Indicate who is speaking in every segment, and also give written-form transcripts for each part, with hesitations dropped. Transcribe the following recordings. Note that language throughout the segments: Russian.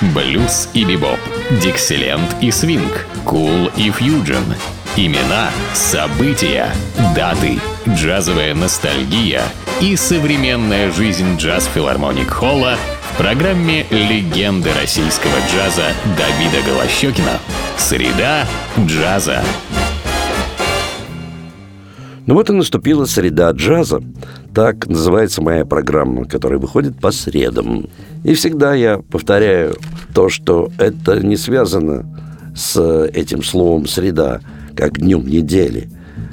Speaker 1: Блюз и бибоп, диксиленд и свинг, кул и фьюджен. Имена, события, даты, джазовая ностальгия и современная жизнь джаз-филармоник Холла в программе «Легенды российского джаза» Давида Голощёкина. Среда джаза.
Speaker 2: Ну вот и наступила среда джаза. Так называется моя программа, которая выходит по средам. И всегда я повторяю то, что это не связано с этим словом «среда», как днем недели,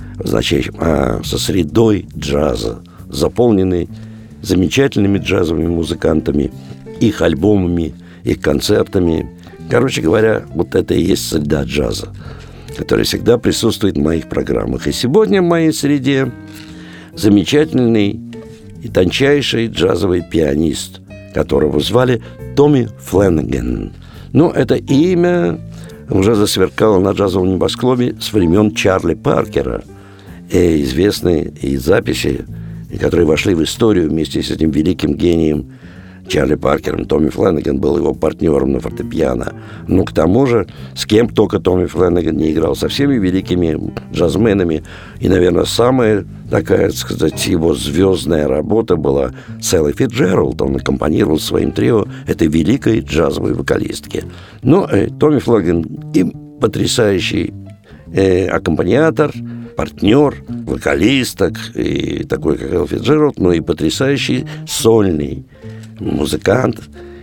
Speaker 2: а со средой джаза, заполненной замечательными джазовыми музыкантами, их альбомами, их концертами. Короче говоря, вот это и есть среда джаза, которая всегда присутствует в моих программах. И сегодня в моей среде замечательный и тончайший джазовый пианист, которого звали Томми Флэнаган. Ну, это имя уже засверкало на джазовом небосклоне с времен Чарли Паркера. И известные и записи, которые вошли в историю вместе с этим великим гением Чарли Паркером. Томми Флэнаган был его партнером на фортепиано. Ну, к тому же, с кем только Томми Флэнаган не играл, со всеми великими джазменами. И, наверное, самая такая, так сказать, его звездная работа была с Эллой Фицджеральд. Он аккомпанировал своим трио этой великой джазовой вокалистке. Ну, Томми Флэнаган и потрясающий аккомпаниатор, партнер, вокалисток, и такой, как Элла Фицджеральд, но и потрясающий сольный музыкант,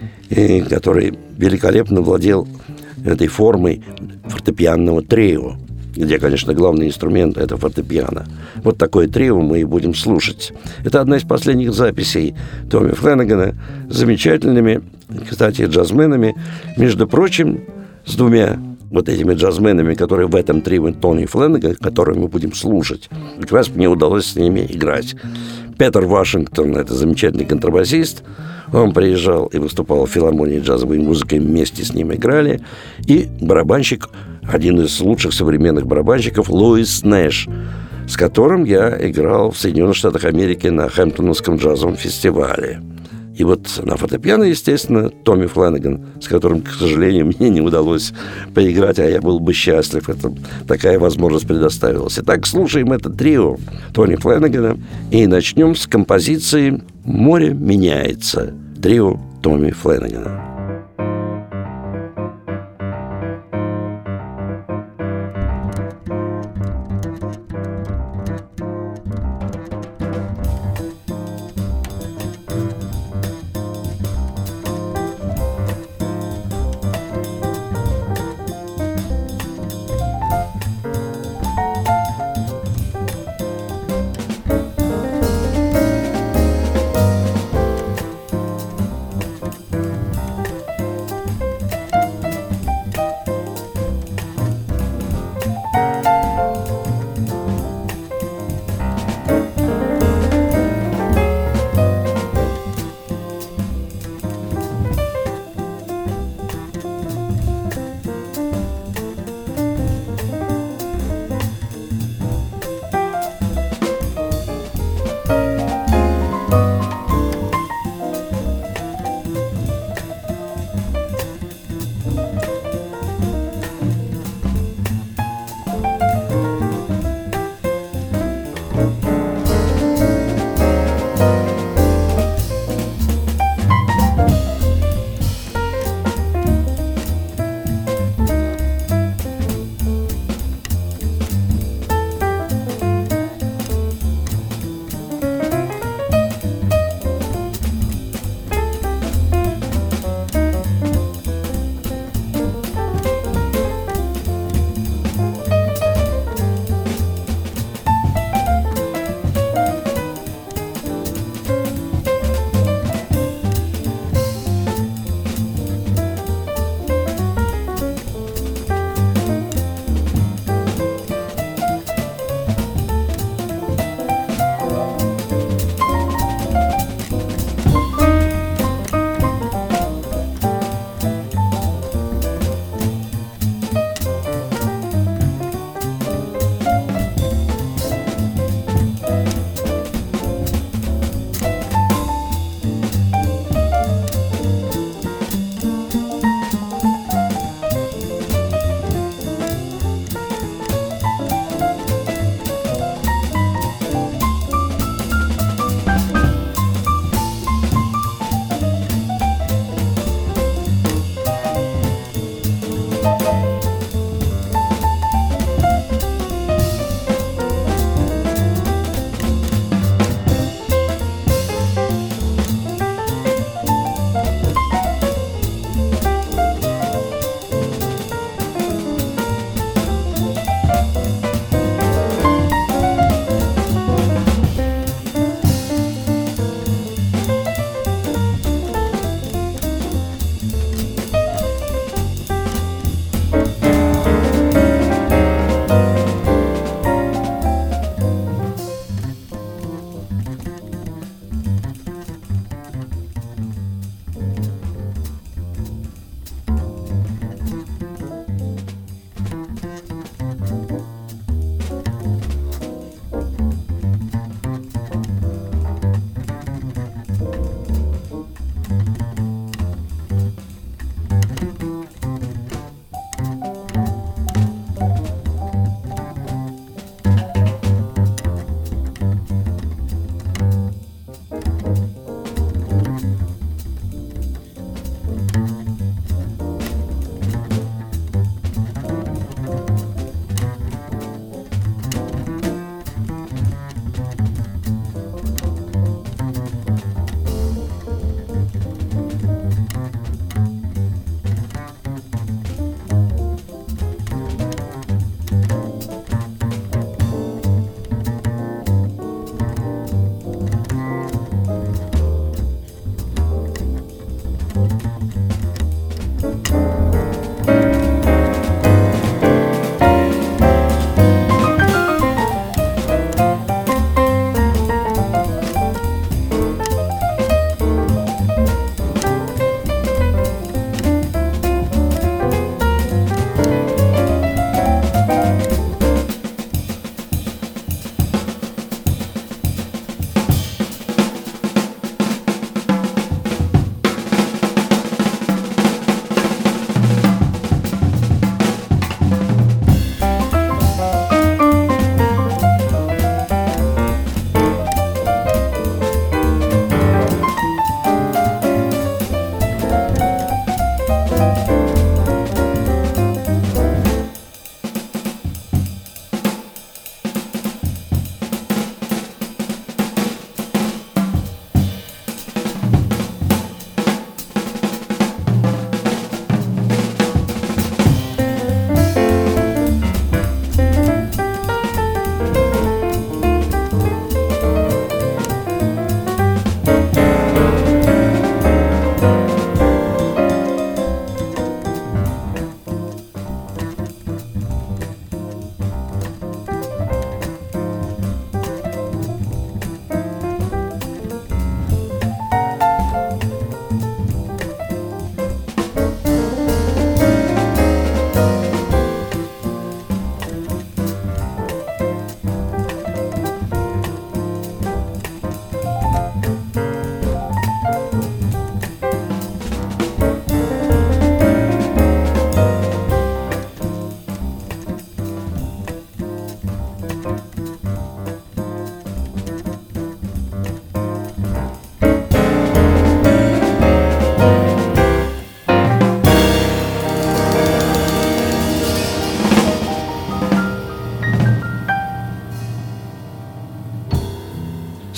Speaker 2: который великолепно владел этой формой фортепианного трио, где, конечно, главный инструмент – это фортепиано. Вот такое трио мы и будем слушать. Это одна из последних записей Томми Флэнагана с замечательными, кстати, джазменами. Между прочим, с двумя вот этими джазменами, которые в этом трио Томми Флэнагана, которые мы будем слушать. Как раз мне удалось с ними играть. Питер Вашингтон – это замечательный контрабасист. Он приезжал и выступал в филармонии джазовой музыкой, вместе с ним играли. И барабанщик, один из лучших современных барабанщиков, Луис Нэш, с которым я играл в Соединенных Штатах Америки на Хэмптоновском джазовом фестивале. И вот на фортепиано, естественно, Томми Флэнаган, с которым, к сожалению, мне не удалось поиграть, а я был бы счастлив, это такая возможность предоставилась. Итак, слушаем это трио Томми Флэнагана и начнем с композиции «Море меняется». Трио Томми Флэнагана.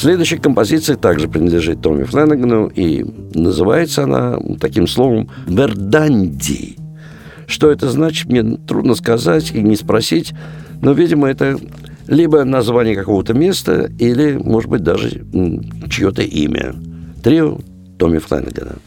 Speaker 2: Следующая композиция также принадлежит Томми Фланагану, и называется она таким словом «Верданди». Что это значит, мне трудно сказать и не спросить, но, видимо, это либо название какого-то места, или, может быть, даже чье-то имя. Трио Томми Фланагана.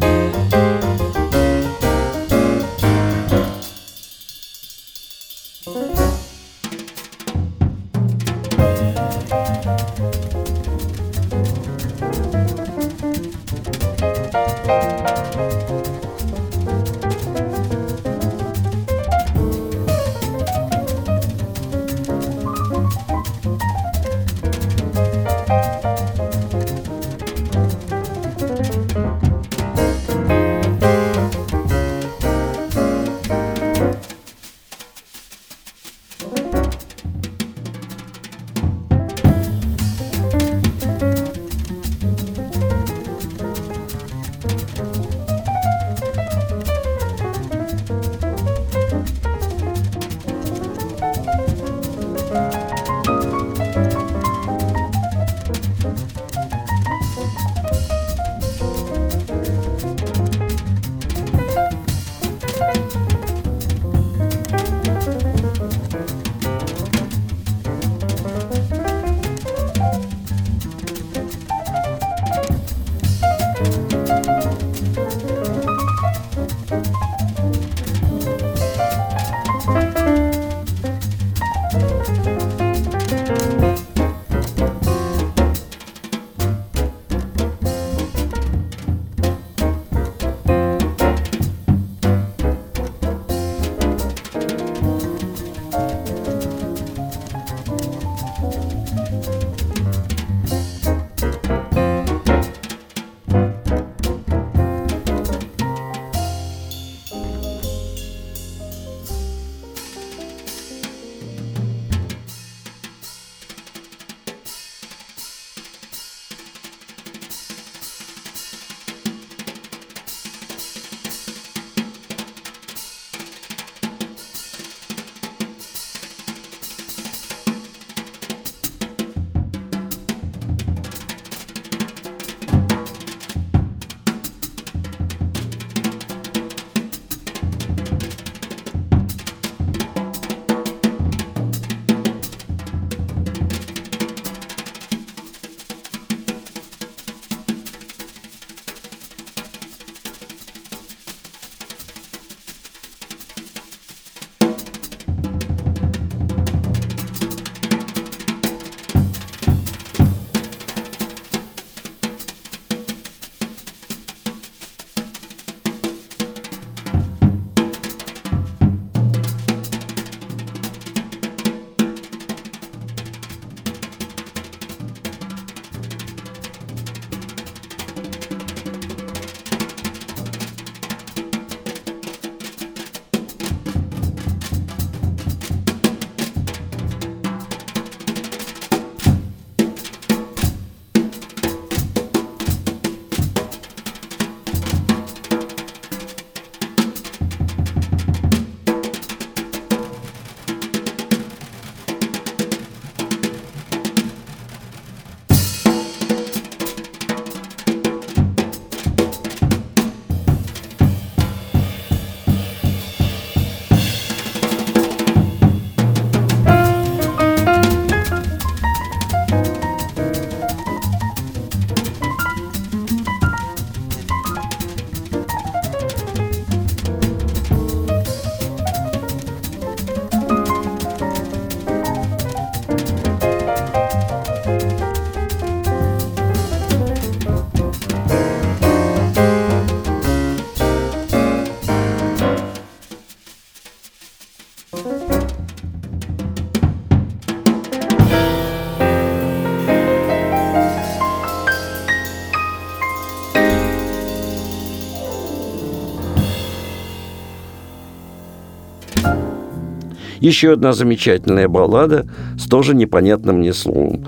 Speaker 2: Еще одна замечательная баллада с тоже непонятным мне словом.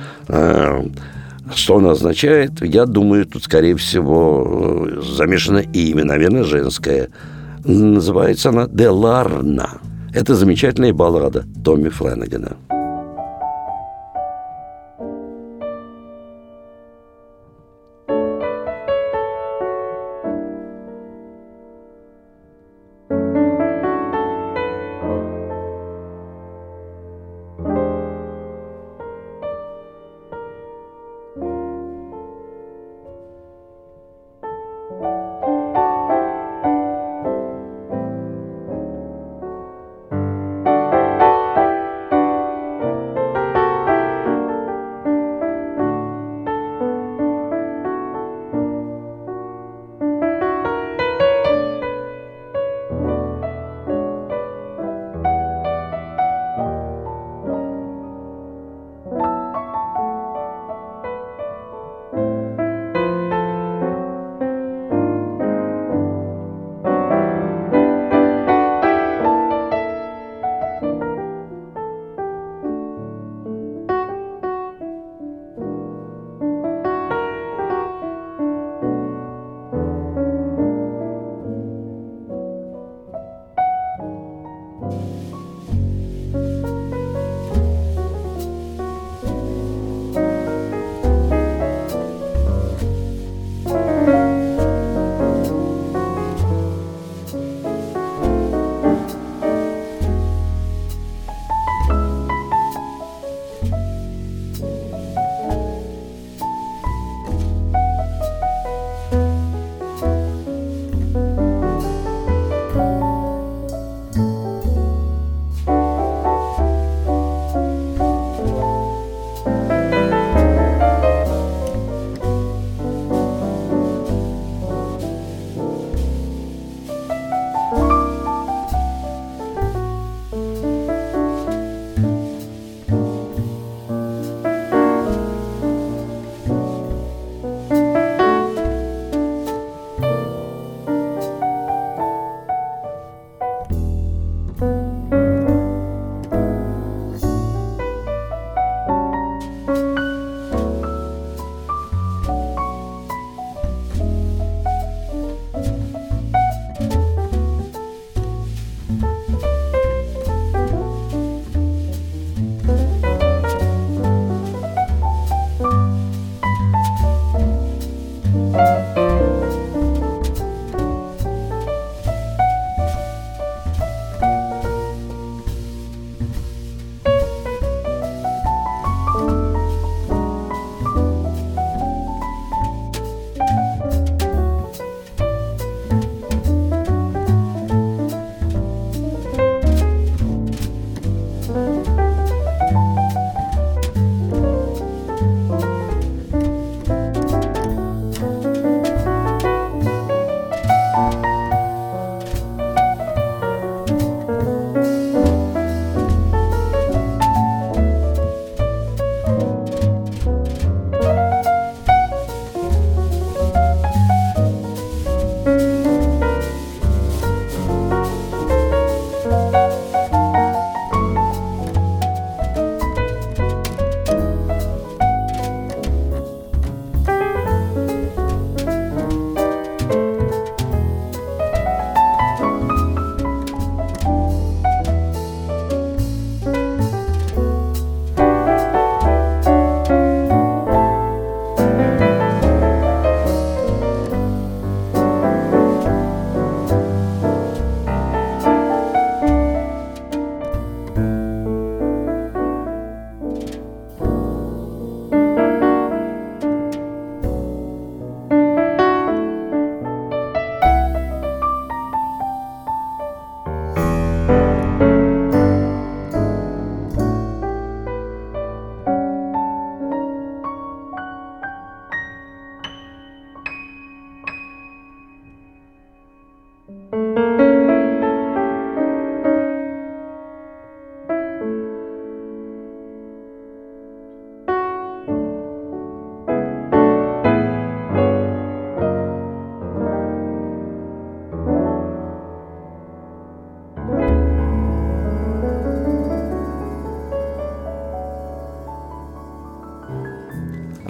Speaker 2: Что она означает? Я думаю, тут, скорее всего, замешано имя, наверное, женское. Называется она «Деларна». Это замечательная баллада Томми Фланагана.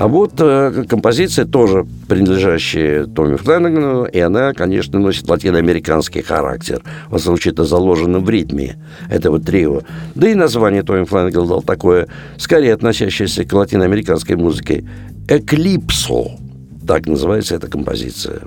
Speaker 2: А вот композиция тоже принадлежащая Томми Фланагану, и она, конечно, носит латиноамериканский характер. Во всяком случае, это заложено в ритме этого трио. Да и название Томми Фланаган дал такое, скорее относящееся к латиноамериканской музыке. «Эклипсо». Так называется эта композиция.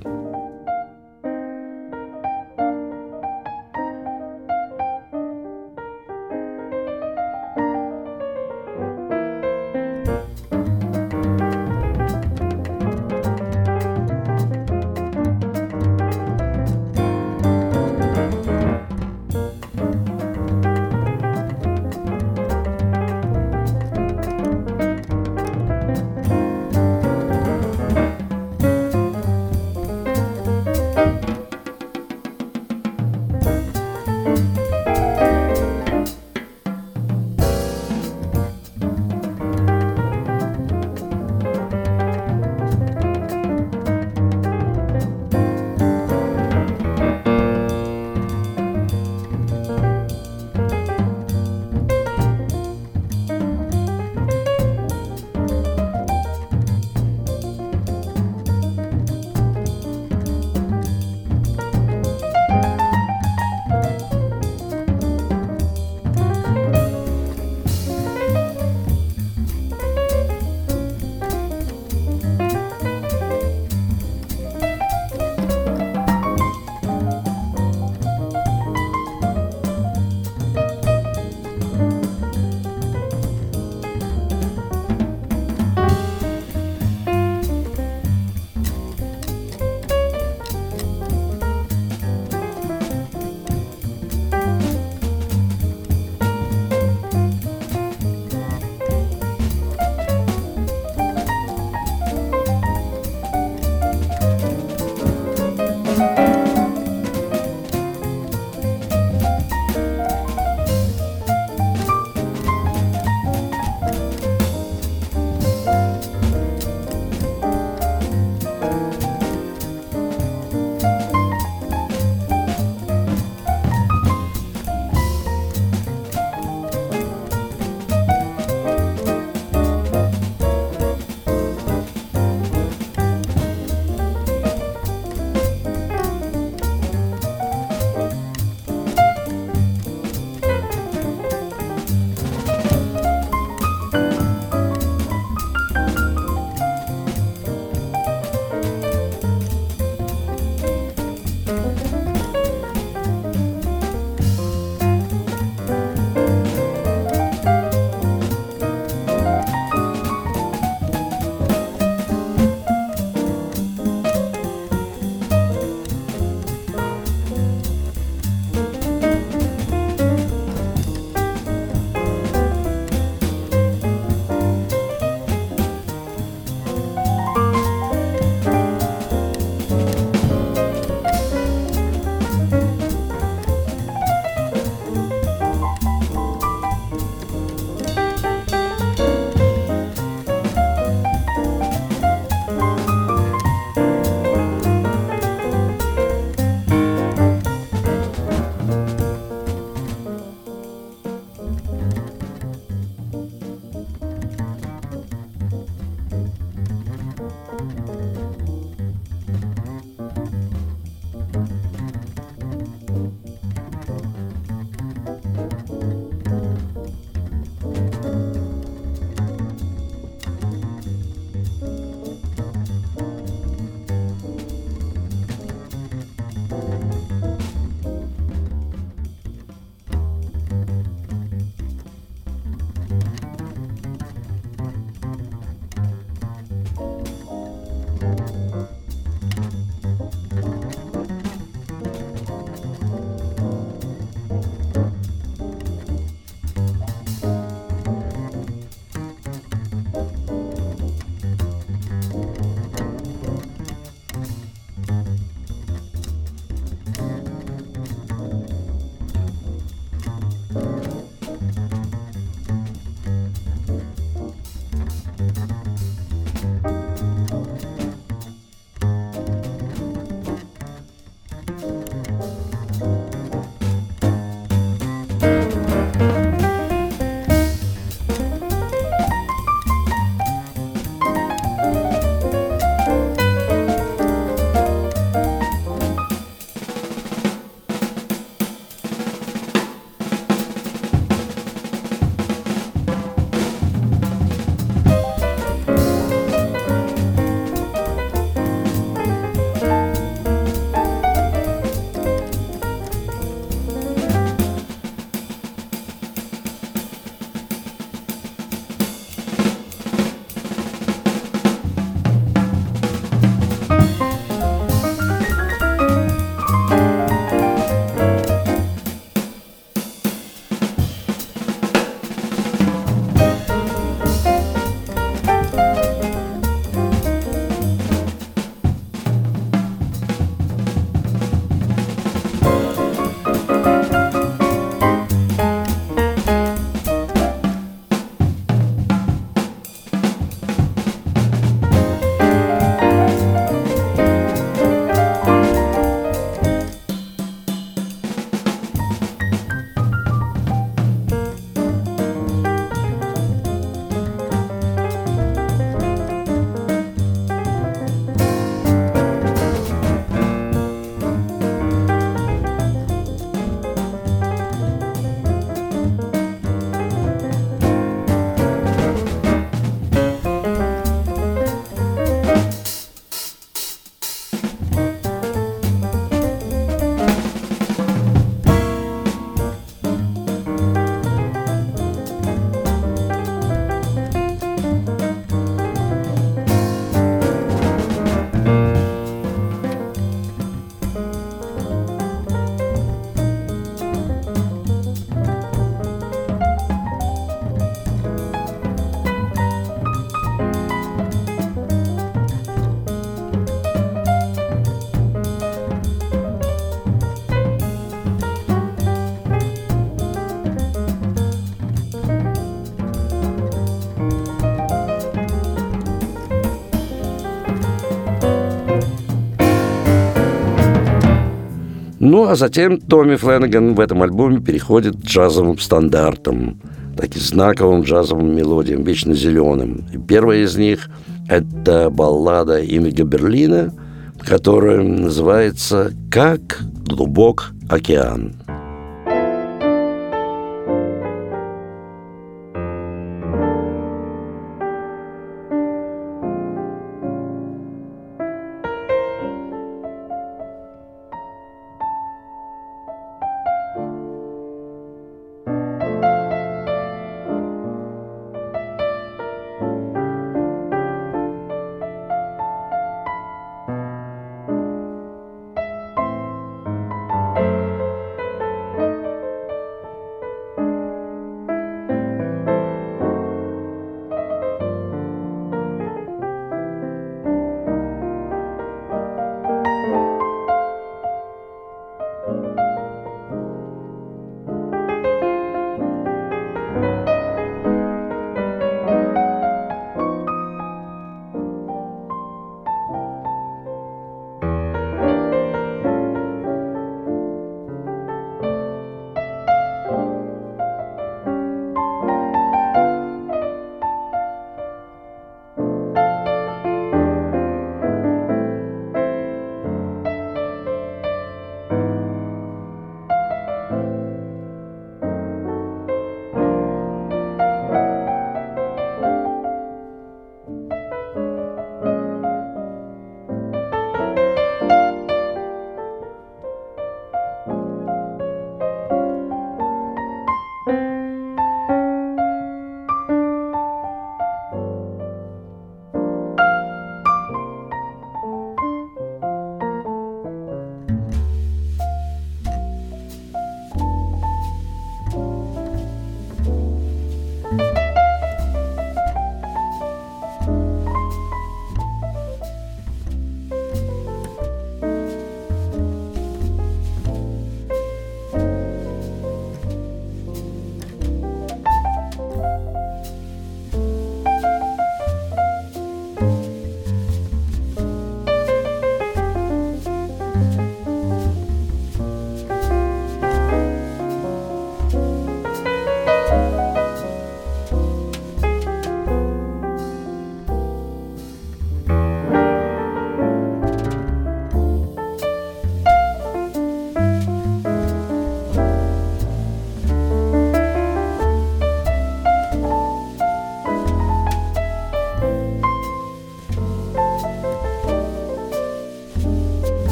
Speaker 2: Ну, а затем Томми Флэнаган в этом альбоме переходит к джазовым стандартам, таким знаковым джазовым мелодиям, вечно зеленым. И первая из них – это баллада Имига Берлина, которая называется «Как глубок океан».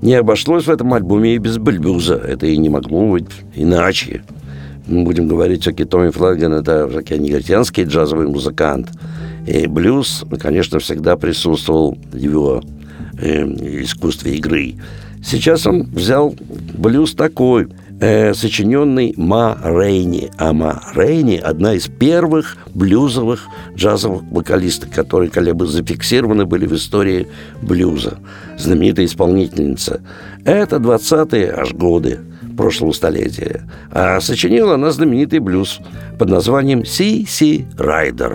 Speaker 2: Не обошлось в этом альбоме и без блюза. Это и не могло быть иначе. Мы будем говорить, все-таки Томми Флэнаган – это все-таки негритянский джазовый музыкант. И блюз, конечно, всегда присутствовал в его искусстве игры. Сейчас он взял блюз такой, сочиненный Ма Рейни. А Ма Рейни – одна из первых блюзовых джазовых вокалисток, которые как-либо зафиксированы были в истории блюза. Знаменитая исполнительница. Это 20-е аж годы прошлого столетия. А сочинила она знаменитый блюз под названием «Си-Си Райдер».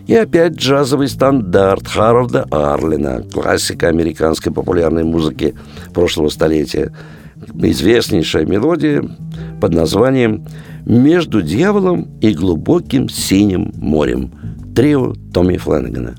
Speaker 2: И опять джазовый стандарт Харолда Арлина, классика американской популярной музыки прошлого столетия. Известнейшая мелодия под названием «Между дьяволом и глубоким синим морем». Трио Томми Флэнагана.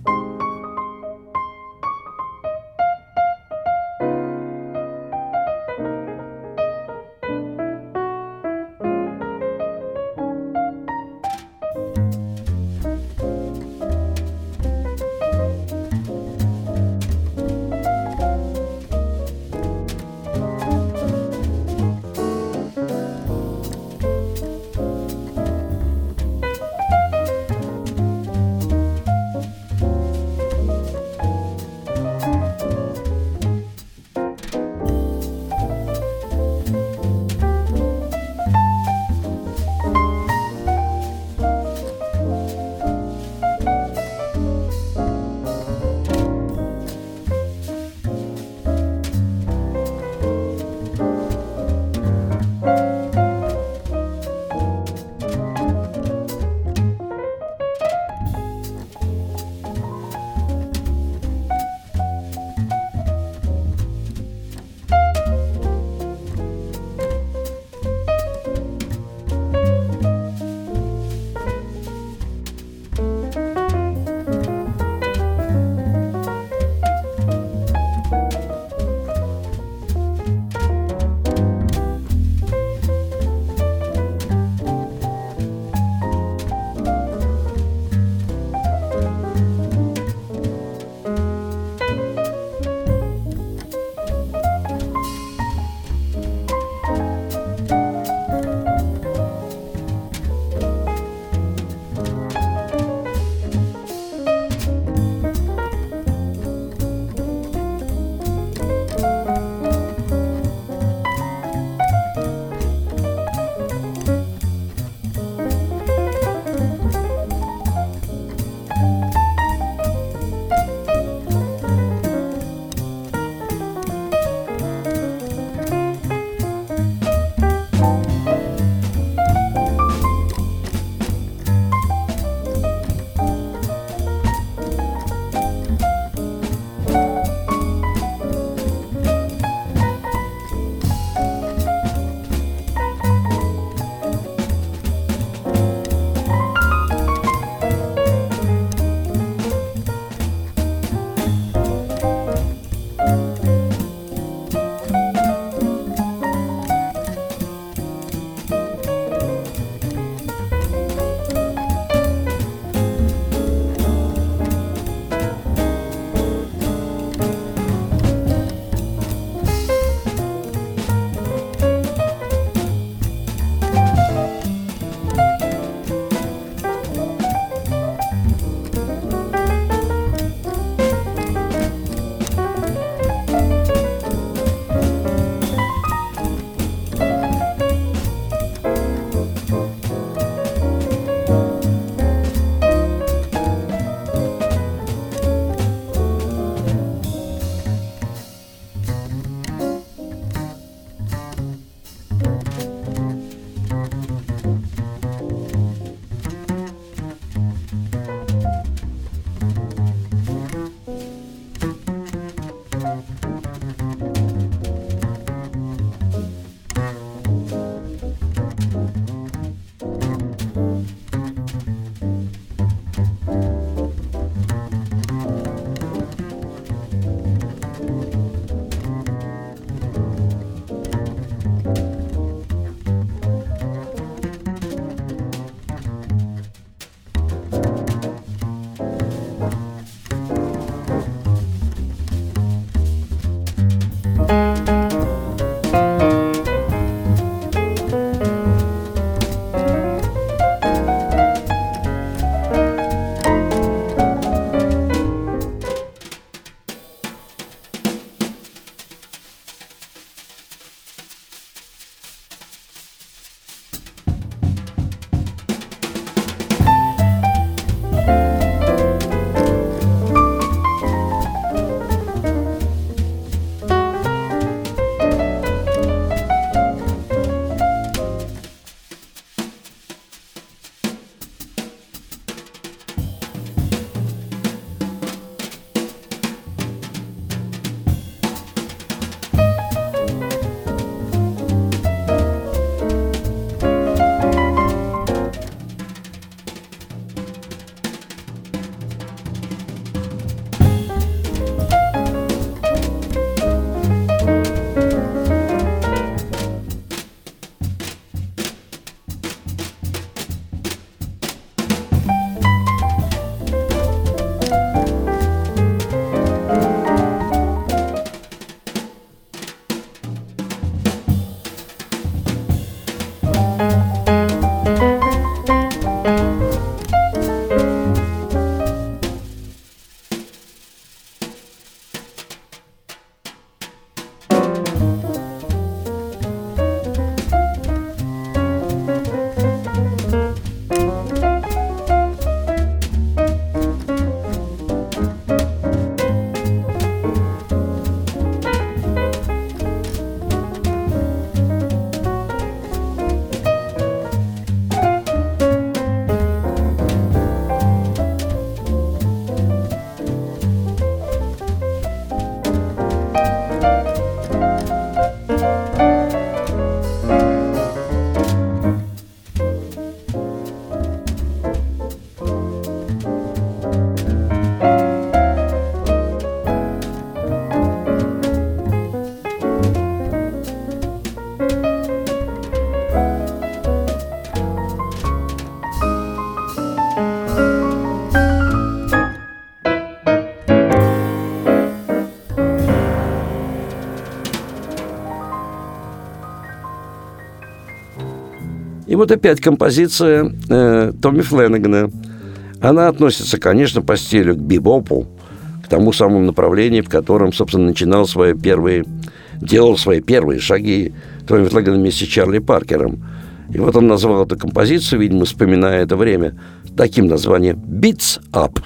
Speaker 2: И вот опять композиция Томми Фленнегана. Она относится, конечно, по стилю к бибопу, к тому самому направлению, в котором, собственно, делал свои первые шаги Томми Фленнеган вместе с Чарли Паркером. И вот он назвал эту композицию, видимо, вспоминая это время, таким названием «Beats Up».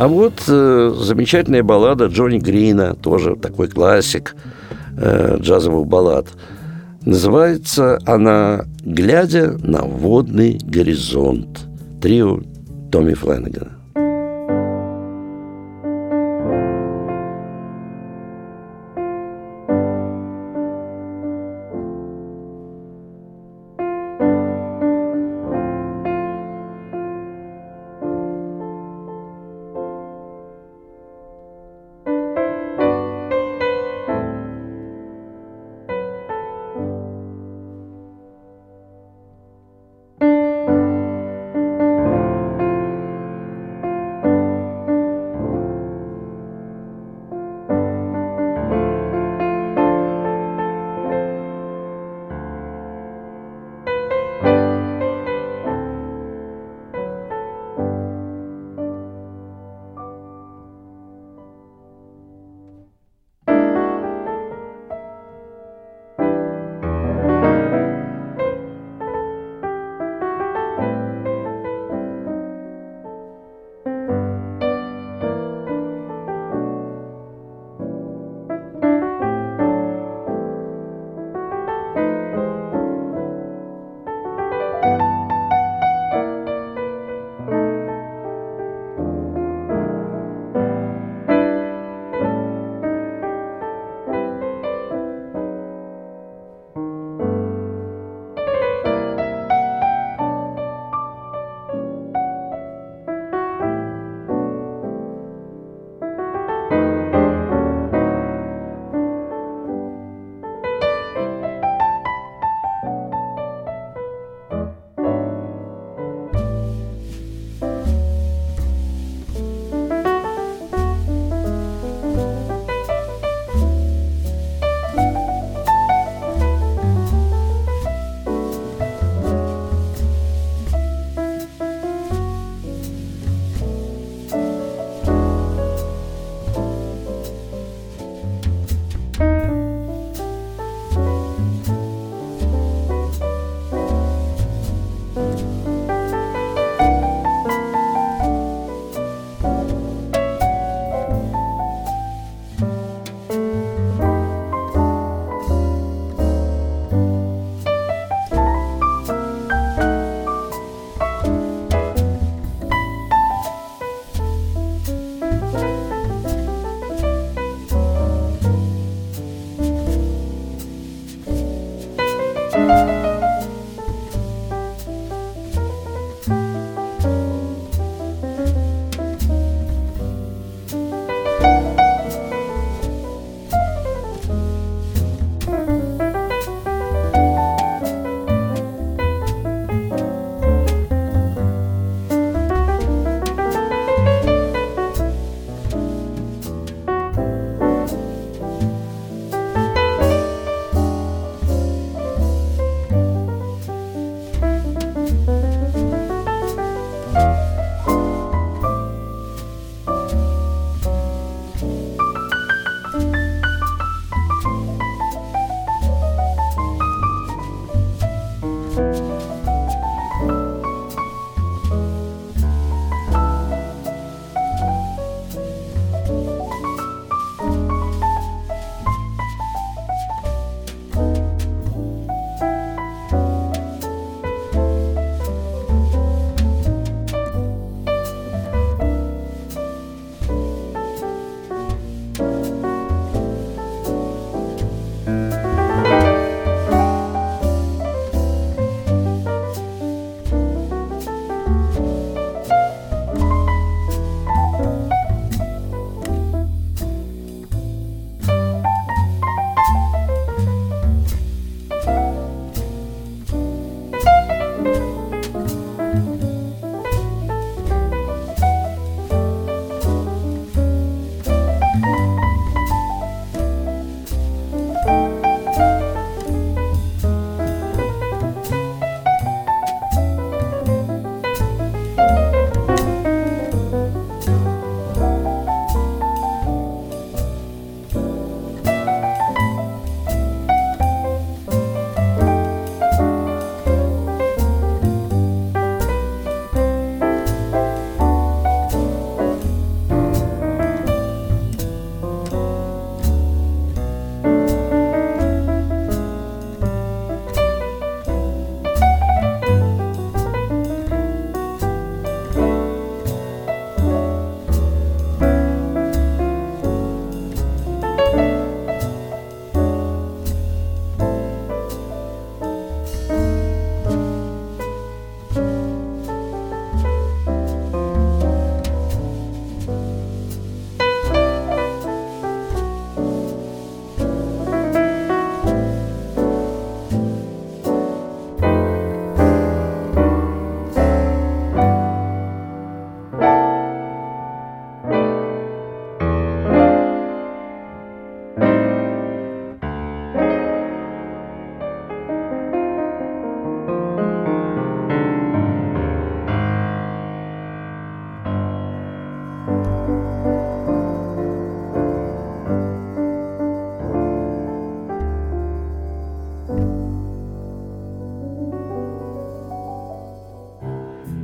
Speaker 2: А вот замечательная баллада Джонни Грина, тоже такой классик джазовых баллад. Называется она «Глядя на водный горизонт». Трио Томми Флэнагана.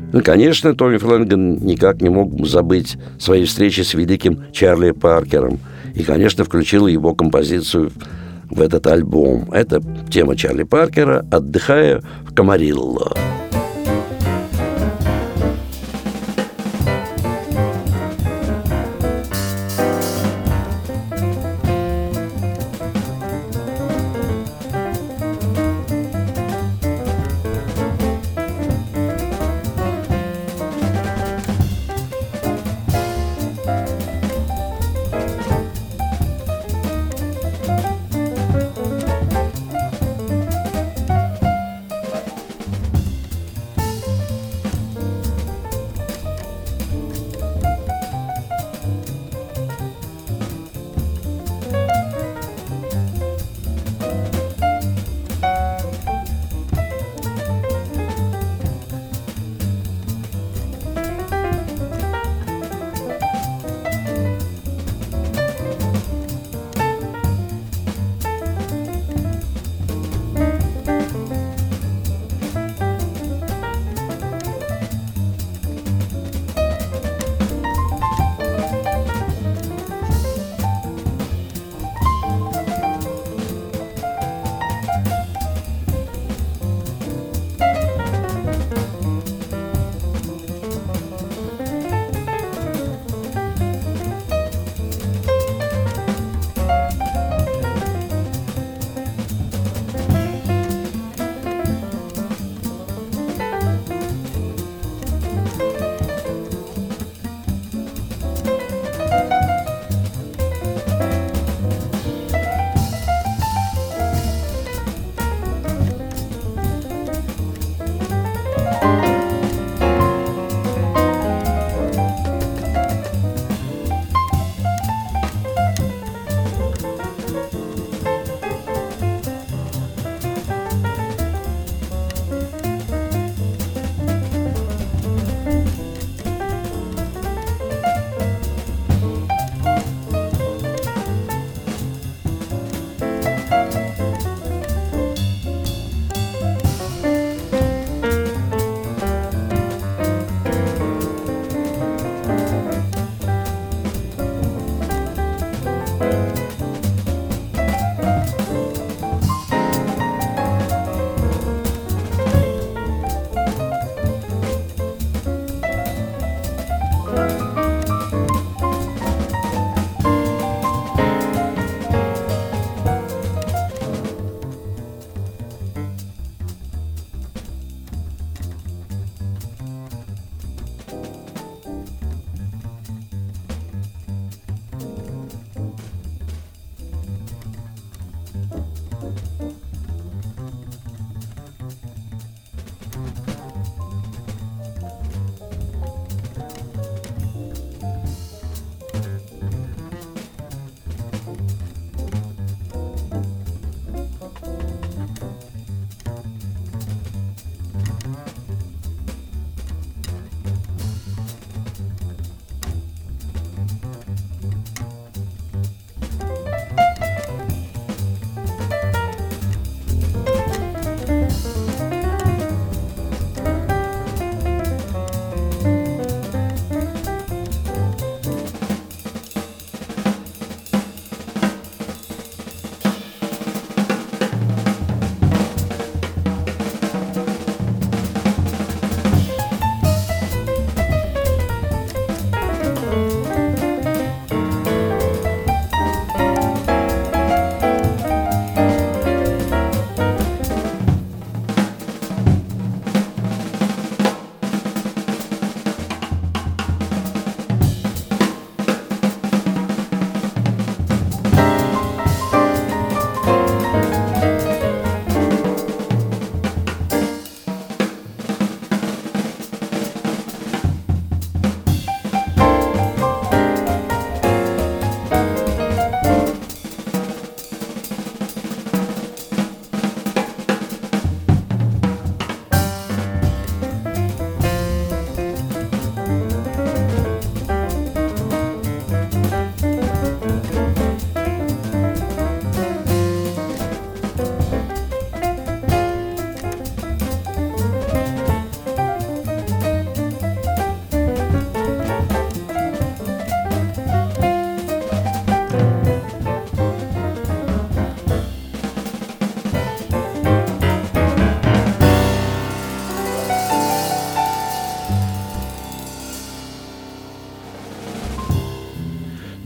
Speaker 2: Ну, конечно, Томми Флэнаган никак не мог забыть своей встречи с великим Чарли Паркером. И, конечно, включил его композицию в этот альбом. Это тема Чарли Паркера «Отдыхая в Камарилло».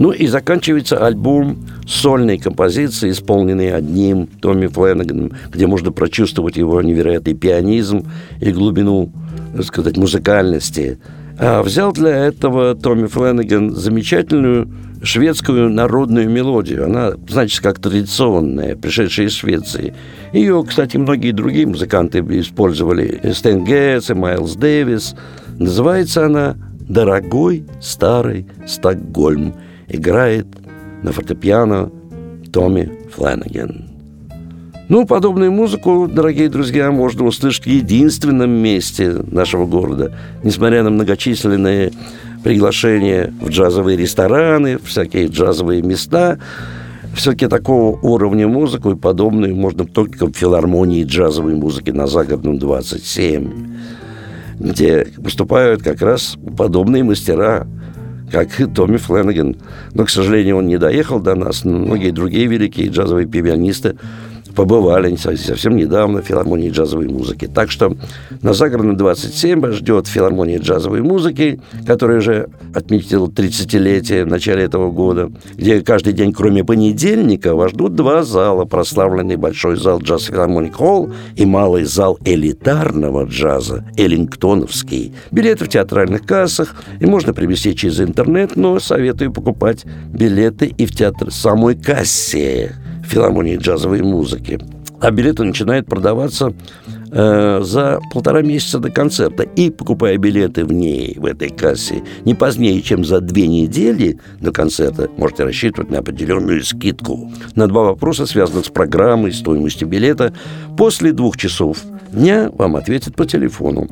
Speaker 2: Ну и заканчивается альбом сольной композиции, исполненной одним Томми Флэнаганом, где можно прочувствовать его невероятный пианизм и глубину, так сказать, музыкальности. А взял для этого Томми Флэнаган замечательную шведскую народную мелодию. Она, значит, как традиционная, пришедшая из Швеции. Ее, кстати, многие другие музыканты использовали. Стэн Гетц и Майлз Дэвис. Называется она «Дорогой старый Стокгольм». Играет на фортепиано Томми Флэнаган. Ну, подобную музыку, дорогие друзья, можно услышать в единственном месте нашего города. Несмотря на многочисленные приглашения в джазовые рестораны, всякие джазовые места, все-таки такого уровня музыку и подобную можно только в филармонии джазовой музыки на Загородном 27, где выступают как раз подобные мастера, как и Томми Флэнаган. Но, к сожалению, он не доехал до нас, но многие другие великие джазовые пианисты побывали совсем недавно в филармонии джазовой музыки. Так что на Загородном 27 вас ждет филармония джазовой музыки, которая уже отметила 30-летие в начале этого года, где каждый день, кроме понедельника, вас ждут два зала: прославленный большой зал Джаз Филармоник Холл и малый зал элитарного джаза Эллингтоновский. Билеты в театральных кассах, и можно приобрести через интернет, но советую покупать билеты и в театр самой кассе филармонии джазовой музыки. А билеты начинают продаваться за 1,5 месяца до концерта. И, покупая билеты в этой кассе, не позднее, чем за 2 недели до концерта, можете рассчитывать на определенную скидку. На 2 вопроса, связанных с программой, стоимостью билета, после 2 часов дня вам ответят по телефону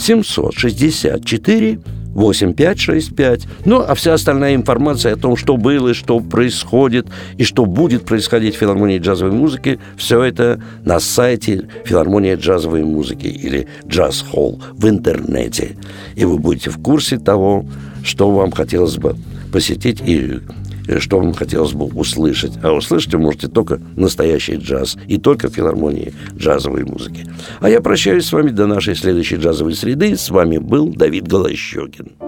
Speaker 2: 764 8565. Ну, а вся остальная информация о том, что было, что происходит и что будет происходить в филармонии джазовой музыки, все это на сайте филармония джазовой музыки или Джаз Холл в интернете. И вы будете в курсе того, что вам хотелось бы посетить и что вам хотелось бы услышать. А услышать вы можете только настоящий джаз и только в филармонии джазовой музыки. А я прощаюсь с вами до нашей следующей джазовой среды. С вами был Давид Голощёкин.